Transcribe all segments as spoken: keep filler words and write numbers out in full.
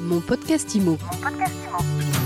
Mon podcast Imo. Mon podcast Imo.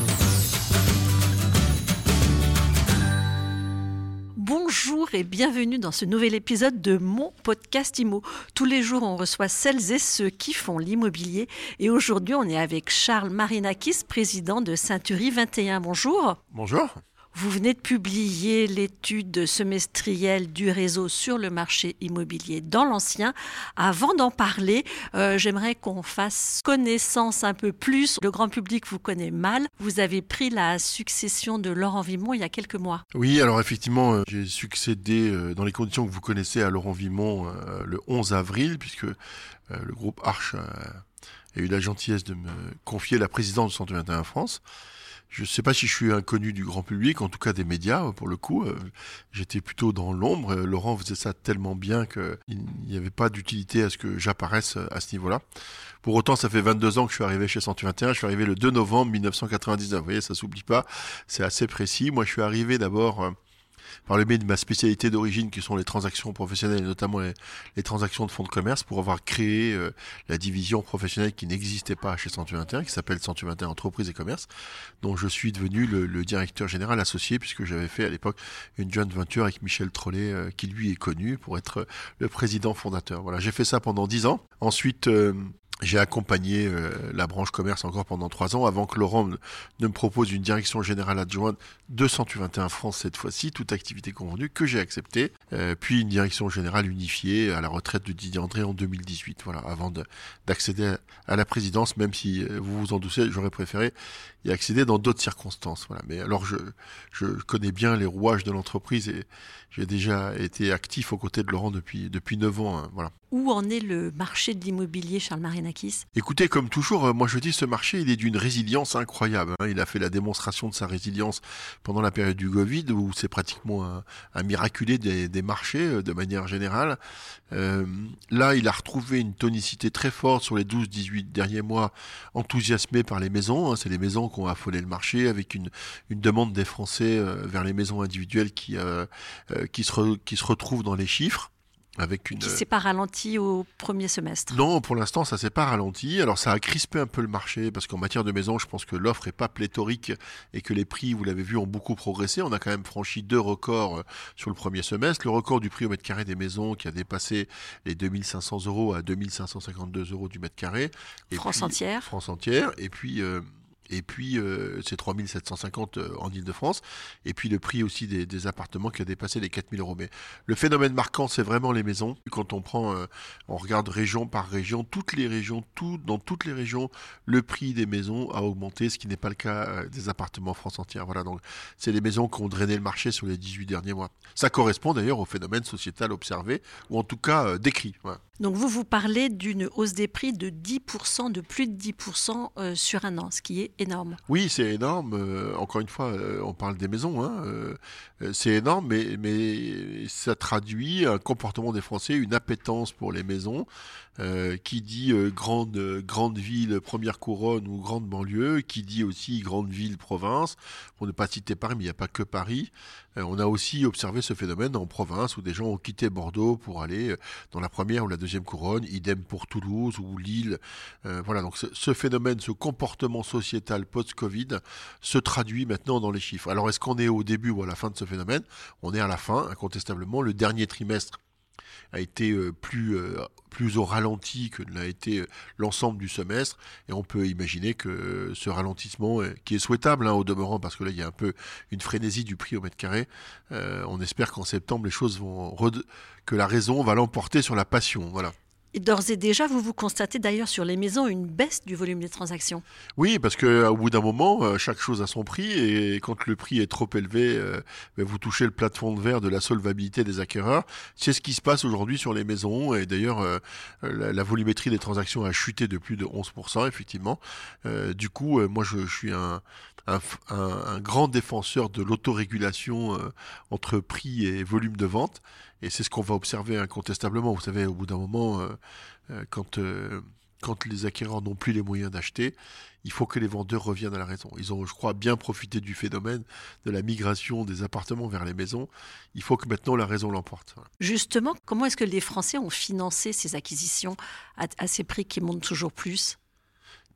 Bonjour et bienvenue dans ce nouvel épisode de Mon podcast Imo. Tous les jours, on reçoit celles et ceux qui font l'immobilier. Et aujourd'hui, on est avec Charles Marinakis, président de Century vingt et un. Bonjour. Bonjour. Vous venez de publier l'étude semestrielle du réseau sur le marché immobilier dans l'ancien. Avant d'en parler, euh, j'aimerais qu'on fasse connaissance un peu plus. Le grand public vous connaît mal. Vous avez pris la succession de Laurent Vimont il y a quelques mois. Oui, alors effectivement, euh, j'ai succédé euh, dans les conditions que vous connaissez à Laurent Vimont euh, le onze avril, puisque euh, le groupe Arche euh, a eu la gentillesse de me confier la présidence de Century vingt et un France. Je ne sais pas si je suis inconnu du grand public, en tout cas des médias, pour le coup. Euh, j'étais plutôt dans l'ombre. Euh, Laurent faisait ça tellement bien qu'il n'y avait pas d'utilité à ce que j'apparaisse à ce niveau-là. Pour autant, ça fait vingt-deux ans que je suis arrivé chez Century vingt et un. Je suis arrivé le deux novembre mille neuf cent quatre-vingt-dix-neuf. Vous voyez, ça s'oublie pas. C'est assez précis. Moi, je suis arrivé d'abord... Euh, par le biais de ma spécialité d'origine qui sont les transactions professionnelles et notamment les, les transactions de fonds de commerce pour avoir créé euh, la division professionnelle qui n'existait pas chez Century vingt et un, qui s'appelle Century vingt et un Entreprises et Commerce, dont je suis devenu le, le directeur général associé puisque j'avais fait à l'époque une joint venture avec Michel Trollet euh, qui lui est connu pour être le président fondateur. Voilà, j'ai fait ça pendant dix ans. Ensuite... Euh, J'ai accompagné euh, la branche commerce encore pendant trois ans avant que Laurent ne me propose une direction générale adjointe de Century vingt et un France cette fois-ci, toute activité convendue, que j'ai accepté. Euh, puis une direction générale unifiée à la retraite de Didier André en deux mille dix-huit. Voilà, avant de, d'accéder à, à la présidence, même si vous vous en doutez, j'aurais préféré y accéder dans d'autres circonstances. Voilà. Mais alors je, je connais bien les rouages de l'entreprise et j'ai déjà été actif aux côtés de Laurent depuis depuis neuf ans. Hein, voilà. Où en est le marché de l'immobilier, Charles Marinakis ? Écoutez, comme toujours, moi je dis ce marché, il est d'une résilience incroyable. Hein. Il a fait la démonstration de sa résilience pendant la période du Covid, où c'est pratiquement un, un miraculé des, des marchés de manière générale. Euh, là, il a retrouvé une tonicité très forte sur les douze dix-huit derniers mois, enthousiasmé par les maisons. Hein. C'est les maisons qui ont affolé le marché, avec une, une demande des Français euh, vers les maisons individuelles qui, euh, euh, qui, se re, qui se retrouvent dans les chiffres. Avec une... Qui ne s'est pas ralenti au premier semestre. Non, pour l'instant, ça ne s'est pas ralenti. Alors, ça a crispé un peu le marché parce qu'en matière de maison, je pense que l'offre n'est pas pléthorique et que les prix, vous l'avez vu, ont beaucoup progressé. On a quand même franchi deux records sur le premier semestre. Le record du prix au mètre carré des maisons qui a dépassé les deux mille cinq cents euros à deux mille cinq cent cinquante-deux euros du mètre carré. Et France puis, entière. France entière. Et puis... Euh, Et puis, euh, c'est trois mille sept cent cinquante euh, en Ile-de-France. Et puis, le prix aussi des, des appartements qui a dépassé les quatre mille euros. Mais le phénomène marquant, c'est vraiment les maisons. Quand on prend, euh, on regarde région par région, toutes les régions, tout, dans toutes les régions, le prix des maisons a augmenté, ce qui n'est pas le cas euh, des appartements France entière. Voilà, donc c'est les maisons qui ont drainé le marché sur les dix-huit derniers mois. Ça correspond d'ailleurs au phénomène sociétal observé, ou en tout cas euh, décrit. Voilà. Donc vous, vous parlez d'une hausse des prix de dix pour cent, de plus de dix pour cent euh, sur un an, ce qui est énorme. Oui, c'est énorme. Euh, encore une fois, euh, on parle des maisons. Hein. Euh, c'est énorme, mais, mais ça traduit un comportement des Français, une appétence pour les maisons. Euh, qui dit euh, grande, euh, grande ville, première couronne ou grande banlieue, qui dit aussi grande ville, province. Pour ne pas citer Paris, mais il n'y a pas que Paris. Euh, on a aussi observé ce phénomène en province où des gens ont quitté Bordeaux pour aller dans la première ou la deuxième couronne, idem pour Toulouse ou Lille. Euh, voilà, donc ce, ce phénomène, ce comportement sociétal post-Covid se traduit maintenant dans les chiffres. Alors est-ce qu'on est au début ou à la fin de ce phénomène ? On est à la fin, incontestablement. Le dernier trimestre a été euh, plus euh, plus au ralenti que ne l'a été euh, l'ensemble du semestre, et on peut imaginer que euh, ce ralentissement, euh, qui est souhaitable hein, au demeurant, parce que là il y a un peu une frénésie du prix au mètre carré, euh, on espère qu'en septembre les choses vont red... que la raison va l'emporter sur la passion, voilà. Et d'ores et déjà, vous vous constatez d'ailleurs sur les maisons une baisse du volume des transactions. Oui, parce qu'au bout d'un moment, chaque chose a son prix, et quand le prix est trop élevé, euh, vous touchez le plafond de verre de la solvabilité des acquéreurs. C'est ce qui se passe aujourd'hui sur les maisons, et d'ailleurs, euh, la, la volumétrie des transactions a chuté de plus de onze pour cent, effectivement. Euh, du coup, euh, moi, je, je suis un, un, un, un grand défenseur de l'autorégulation euh, entre prix et volume de vente. Et c'est ce qu'on va observer incontestablement. Vous savez, au bout d'un moment, euh, euh, quand, euh, quand les acquéreurs n'ont plus les moyens d'acheter, il faut que les vendeurs reviennent à la raison. Ils ont, je crois, bien profité du phénomène de la migration des appartements vers les maisons. Il faut que maintenant la raison l'emporte. Justement, comment est-ce que les Français ont financé ces acquisitions à, à ces prix qui montent toujours plus ?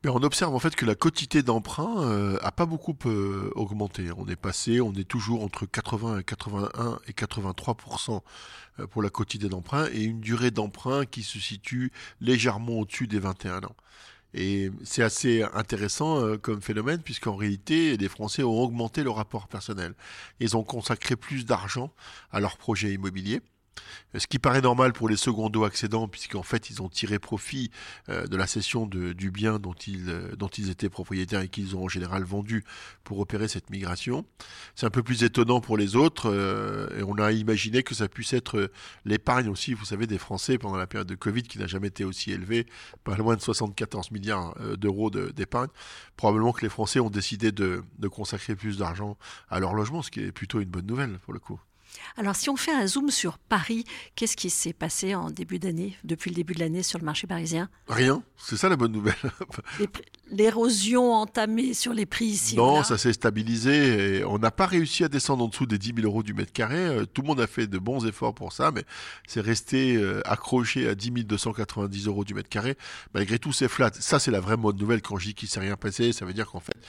Mais on observe en fait que la quotité d'emprunt euh, a pas beaucoup euh, augmenté. On est passé, on est toujours entre quatre-vingts et quatre-vingt-un et quatre-vingt-trois pour cent pour la quotité d'emprunt et une durée d'emprunt qui se situe légèrement au-dessus des vingt et un ans. Et c'est assez intéressant euh, comme phénomène puisqu'en réalité, les Français ont augmenté leur rapport personnel. Ils ont consacré plus d'argent à leur projet immobilier. Ce qui paraît normal pour les secondo-accédants, puisqu'en fait, ils ont tiré profit euh, de la cession de, du bien dont ils, euh, dont ils étaient propriétaires et qu'ils ont en général vendu pour opérer cette migration. C'est un peu plus étonnant pour les autres, euh, et on a imaginé que ça puisse être euh, l'épargne aussi, vous savez, des Français pendant la période de Covid, qui n'a jamais été aussi élevée, pas loin de soixante-quatorze milliards euh, d'euros de, d'épargne. Probablement que les Français ont décidé de, de consacrer plus d'argent à leur logement, ce qui est plutôt une bonne nouvelle pour le coup. Alors, si on fait un zoom sur Paris, qu'est-ce qui s'est passé en début d'année, depuis le début de l'année sur le marché parisien ? Rien, c'est ça la bonne nouvelle. Les, l'érosion entamée sur les prix ici. Non, voilà. Ça s'est stabilisé. Et on n'a pas réussi à descendre en dessous des dix mille euros du mètre carré. Tout le monde a fait de bons efforts pour ça, mais c'est resté accroché à dix mille deux cent quatre-vingt-dix euros du mètre carré. Malgré tout, c'est flat. Ça, c'est la vraie bonne nouvelle. Quand je dis qu'il ne s'est rien passé, ça veut dire qu'en fait,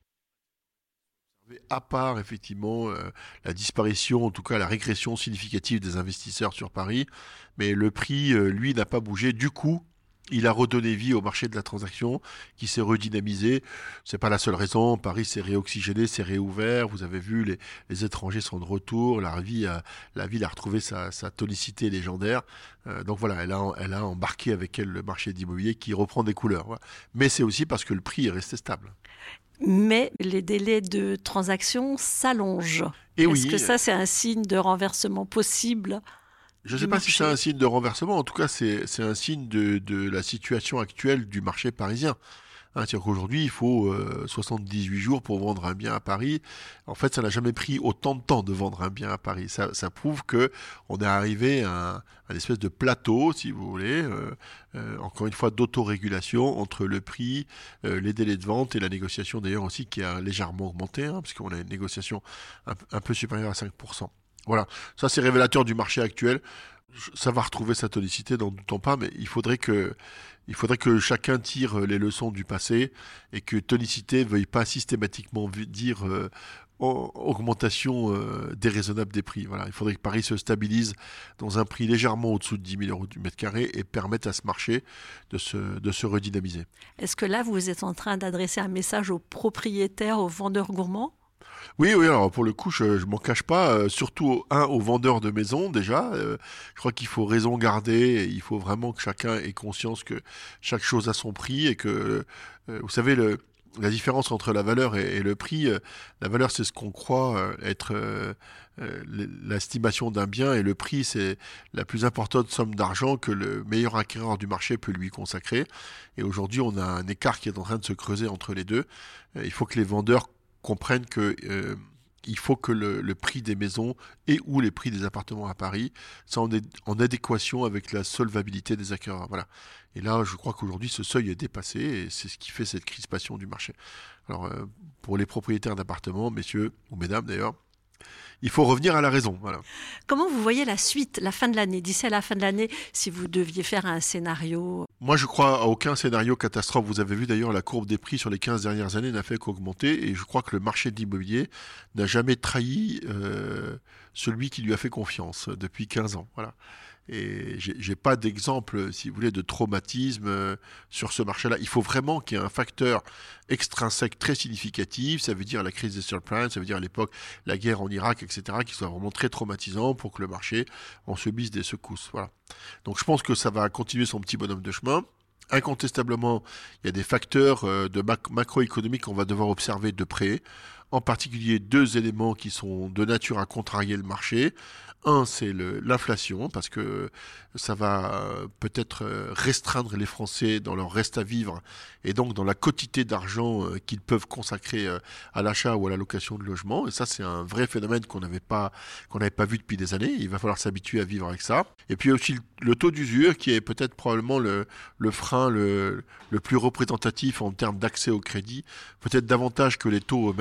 à part effectivement euh, la disparition, en tout cas la régression significative des investisseurs sur Paris, mais le prix, euh, lui, n'a pas bougé. Du coup, il a redonné vie au marché de la transaction qui s'est redynamisé. C'est pas la seule raison. Paris s'est réoxygéné, s'est réouvert. Vous avez vu, les, les étrangers sont de retour. La, vie a, la ville a retrouvé sa, sa tonicité légendaire. Euh, donc voilà, elle a, elle a embarqué avec elle le marché d'immobilier qui reprend des couleurs. Voilà. Mais c'est aussi parce que le prix est resté stable. Mais les délais de transaction s'allongent. Et Est-ce oui, que ça, c'est un signe de renversement possible ? Je ne sais pas si c'est un signe de renversement, en tout cas c'est, c'est un signe de, de la situation actuelle du marché parisien. Hein, c'est-à-dire qu'aujourd'hui il faut euh, soixante-dix-huit jours pour vendre un bien à Paris. En fait ça n'a jamais pris autant de temps de vendre un bien à Paris. Ça, ça prouve que on est arrivé à un, un espèce de plateau, si vous voulez, euh, euh, encore une fois d'autorégulation entre le prix, euh, les délais de vente et la négociation d'ailleurs aussi qui a légèrement augmenté, hein, parce qu'on a une négociation un, un peu supérieure à cinq pour cent. Voilà, ça c'est révélateur du marché actuel. Ça va retrouver sa tonicité, n'en doutons pas, mais il faudrait que, il faudrait que chacun tire les leçons du passé et que tonicité ne veuille pas systématiquement dire euh, augmentation euh, déraisonnable des prix. Voilà, il faudrait que Paris se stabilise dans un prix légèrement au-dessous de dix mille euros du mètre carré et permette à ce marché de se, de se redynamiser. Est-ce que là, vous êtes en train d'adresser un message aux propriétaires, aux vendeurs gourmands ? Oui, oui, alors pour le coup, je, je m'en cache pas, euh, surtout, un, aux vendeurs de maisons, déjà, euh, je crois qu'il faut raison garder, et il faut vraiment que chacun ait conscience que chaque chose a son prix, et que, euh, vous savez, le, la différence entre la valeur et, et le prix, euh, la valeur c'est ce qu'on croit euh, être euh, euh, l'estimation d'un bien, et le prix c'est la plus importante somme d'argent que le meilleur acquéreur du marché peut lui consacrer, et aujourd'hui on a un écart qui est en train de se creuser entre les deux. Euh, il faut que les vendeurs comprennent que euh, il faut que le, le prix des maisons et ou les prix des appartements à Paris soient en, en adéquation avec la solvabilité des acquéreurs. Voilà. Et là, je crois qu'aujourd'hui, ce seuil est dépassé et c'est ce qui fait cette crispation du marché. Alors, euh, pour les propriétaires d'appartements, messieurs ou mesdames d'ailleurs, il faut revenir à la raison. Voilà. Comment vous voyez la suite, la fin de l'année ? D'ici à la fin de l'année, si vous deviez faire un scénario ? Moi, je crois à aucun scénario catastrophe. Vous avez vu d'ailleurs la courbe des prix sur les quinze dernières années n'a fait qu'augmenter. Et je crois que le marché de l'immobilier n'a jamais trahi euh, celui qui lui a fait confiance depuis quinze ans. Voilà. Et j'ai, j'ai pas d'exemple, si vous voulez, de traumatisme euh, sur ce marché-là. Il faut vraiment qu'il y ait un facteur extrinsèque très significatif. Ça veut dire la crise des subprimes, ça veut dire à l'époque la guerre en Irak, et cetera, qui soit vraiment très traumatisant pour que le marché en subisse des secousses. Voilà. Donc je pense que ça va continuer son petit bonhomme de chemin. Incontestablement, il y a des facteurs euh, de mac- macroéconomiques qu'on va devoir observer de près. En particulier deux éléments qui sont de nature à contrarier le marché. Un, c'est le, l'inflation, parce que ça va peut-être restreindre les Français dans leur reste à vivre et donc dans la quantité d'argent qu'ils peuvent consacrer à l'achat ou à la location de logement. Et ça, c'est un vrai phénomène qu'on n'avait pas, qu'on n'avait pas vu depuis des années. Il va falloir s'habituer à vivre avec ça. Et puis aussi le taux d'usure, qui est peut-être probablement le, le frein le, le plus représentatif en termes d'accès au crédit, peut-être davantage que les taux eux-mêmes.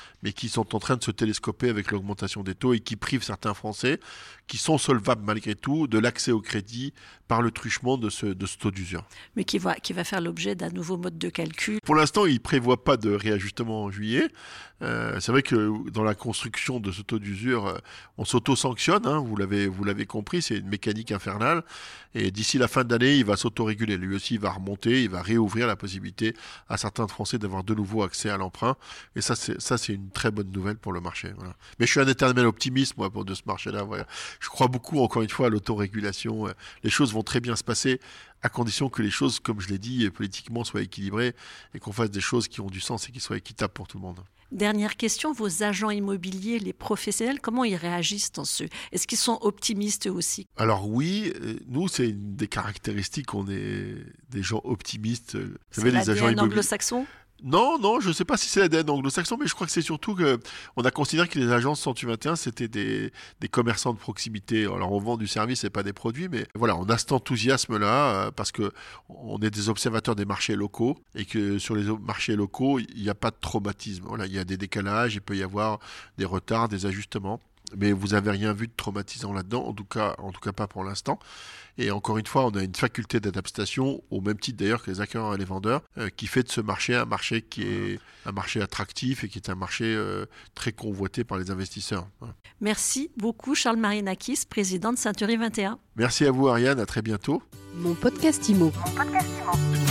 mais qui sont en train de se télescoper avec l'augmentation des taux et qui privent certains Français, qui sont solvables malgré tout, de l'accès au crédit par le truchement de ce, de ce taux d'usure. Mais qui va, qui va faire l'objet d'un nouveau mode de calcul. Pour l'instant, il ne prévoit pas de réajustement en juillet. Euh, c'est vrai que dans la construction de ce taux d'usure, on s'auto-sanctionne, hein, vous l'avez, vous l'avez compris, c'est une mécanique infernale. Et d'ici la fin de l'année, il va s'autoréguler. Lui aussi, il va remonter, il va réouvrir la possibilité à certains Français d'avoir de nouveau accès à l'emprunt. Et ça, c'est, ça, c'est une très bonne nouvelle pour le marché. Voilà. Mais je suis un éternel optimiste, moi, pour de ce marché-là. Voilà. Je crois beaucoup, encore une fois, à l'autorégulation. Les choses vont très bien se passer, à condition que les choses, comme je l'ai dit, politiquement soient équilibrées et qu'on fasse des choses qui ont du sens et qui soient équitables pour tout le monde. Dernière question, vos agents immobiliers, les professionnels, comment ils réagissent dans ce... Est-ce qu'ils sont optimistes aussi? Alors oui, nous, c'est une des caractéristiques, on est des gens optimistes. Vous C'est savez, les l'A D N agents immobiliers... anglo-saxon? Non, non, je ne sais pas si c'est l'A D N anglo-saxon, mais je crois que c'est surtout qu'on a considéré que les agences cent vingt et un, c'était des, des commerçants de proximité. Alors on vend du service et pas des produits, mais voilà, on a cet enthousiasme-là euh, parce qu'on est des observateurs des marchés locaux et que sur les marchés locaux, il n'y a pas de traumatisme. Voilà, il y a des décalages, il peut y avoir des retards, des ajustements. Mais vous n'avez rien vu de traumatisant là-dedans, en tout cas, en tout cas pas pour l'instant. Et encore une fois, on a une faculté d'adaptation, au même titre d'ailleurs que les acquéreurs et les vendeurs, euh, qui fait de ce marché un marché qui est un marché attractif et qui est un marché euh, très convoité par les investisseurs. Voilà. Merci beaucoup Charles Marinakis, président de Century vingt et un. Merci à vous Ariane, à très bientôt. Mon podcast Imo. Mon podcast Imo.